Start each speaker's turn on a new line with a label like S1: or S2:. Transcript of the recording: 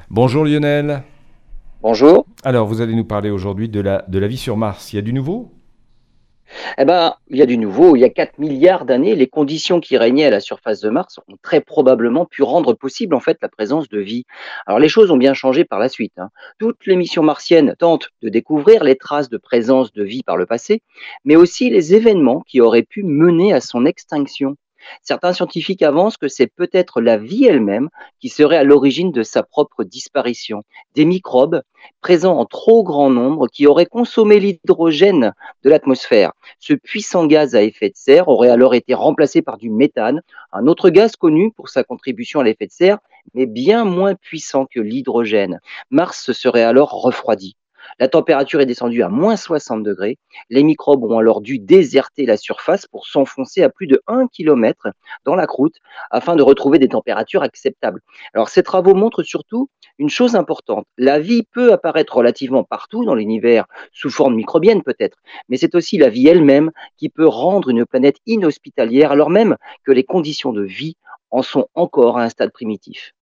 S1: Bonjour Lionel.
S2: Bonjour.
S1: Alors, vous allez nous parler aujourd'hui de la vie sur Mars. Il y a du nouveau?
S2: Eh ben, il y a du nouveau. Il y a 4 milliards d'années, les conditions qui régnaient à la surface de Mars ont très probablement pu rendre possible en fait la présence de vie. Alors les choses ont bien changé par la suite, hein. Toutes les missions martiennes tentent de découvrir les traces de présence de vie par le passé, mais aussi les événements qui auraient pu mener à son extinction. Certains scientifiques avancent que c'est peut-être la vie elle-même qui serait à l'origine de sa propre disparition. Des microbes présents en trop grand nombre qui auraient consommé l'hydrogène de l'atmosphère. Ce puissant gaz à effet de serre aurait alors été remplacé par du méthane, un autre gaz connu pour sa contribution à l'effet de serre, mais bien moins puissant que l'hydrogène. Mars se serait alors refroidi. La température est descendue à moins 60 degrés. Les microbes ont alors dû déserter la surface pour s'enfoncer à plus de 1 kilomètre dans la croûte afin de retrouver des températures acceptables. Alors ces travaux montrent surtout une chose importante. La vie peut apparaître relativement partout dans l'univers, sous forme microbienne peut-être, mais c'est aussi la vie elle-même qui peut rendre une planète inhospitalière alors même que les conditions de vie en sont encore à un stade primitif.